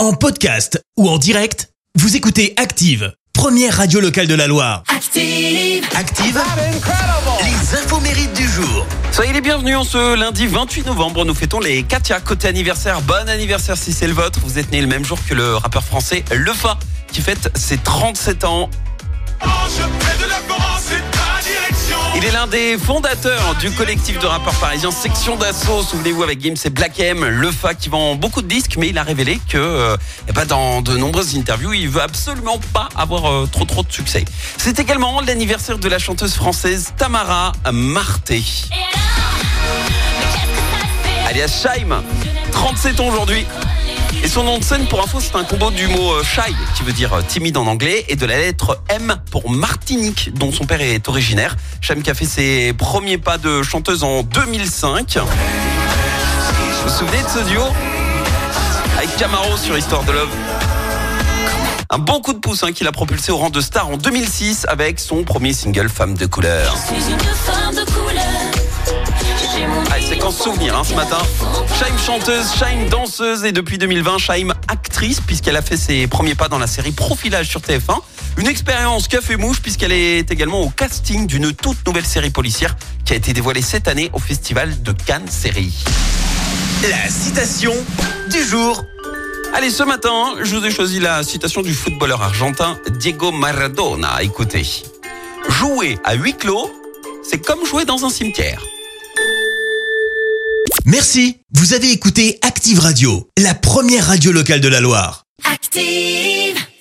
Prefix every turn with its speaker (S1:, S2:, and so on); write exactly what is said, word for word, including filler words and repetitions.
S1: En podcast ou en direct, vous écoutez Active, première radio locale de la Loire.
S2: Active,
S1: Active, les infos mérites du jour.
S3: Soyez les bienvenus en ce lundi vingt-huit novembre. Nous fêtons les Katia. Côté anniversaire, bon anniversaire si c'est le vôtre. Vous êtes né le même jour que le rappeur français Lefa qui fête ses trente-sept ans. Il est l'un des fondateurs du collectif de rappeurs parisiens Section d'Assaut. Souvenez-vous, avec Gims et Black M, Lefa qui vend beaucoup de disques, mais il a révélé que euh, eh ben dans de nombreuses interviews, il veut absolument pas avoir euh, trop trop de succès. C'est également l'anniversaire de la chanteuse française Tamara Marté. Alias Shaim, trente-sept ans aujourd'hui. Et son nom de scène, pour info, c'est un combo du mot euh, shy, qui veut dire euh, timide en anglais, et de la lettre M pour Martinique, dont son père est originaire. Shaim qui a fait ses premiers pas de chanteuse en deux mille cinq. Vous vous souvenez de ce duo avec Camaro sur Histoire de Love? Un bon coup de pouce hein, qui l'a propulsé au rang de star en deux mille six avec son premier single Femme de couleur. Allez, séquence souvenir hein, ce matin. Shaim chanteuse, Shaim danseuse et depuis deux mille vingt, Shaim actrice puisqu'elle a fait ses premiers pas dans la série Profilage sur T F un. Une expérience qui a fait mouche puisqu'elle est également au casting d'une toute nouvelle série policière qui a été dévoilée cette année au Festival de Cannes Série.
S1: La citation du jour.
S3: Allez, ce matin, je vous ai choisi la citation du footballeur argentin Diego Maradona. Écoutez, jouer à huis clos, c'est comme jouer dans un cimetière.
S1: Merci, vous avez écouté Active Radio, la première radio locale de la Loire.
S2: Active.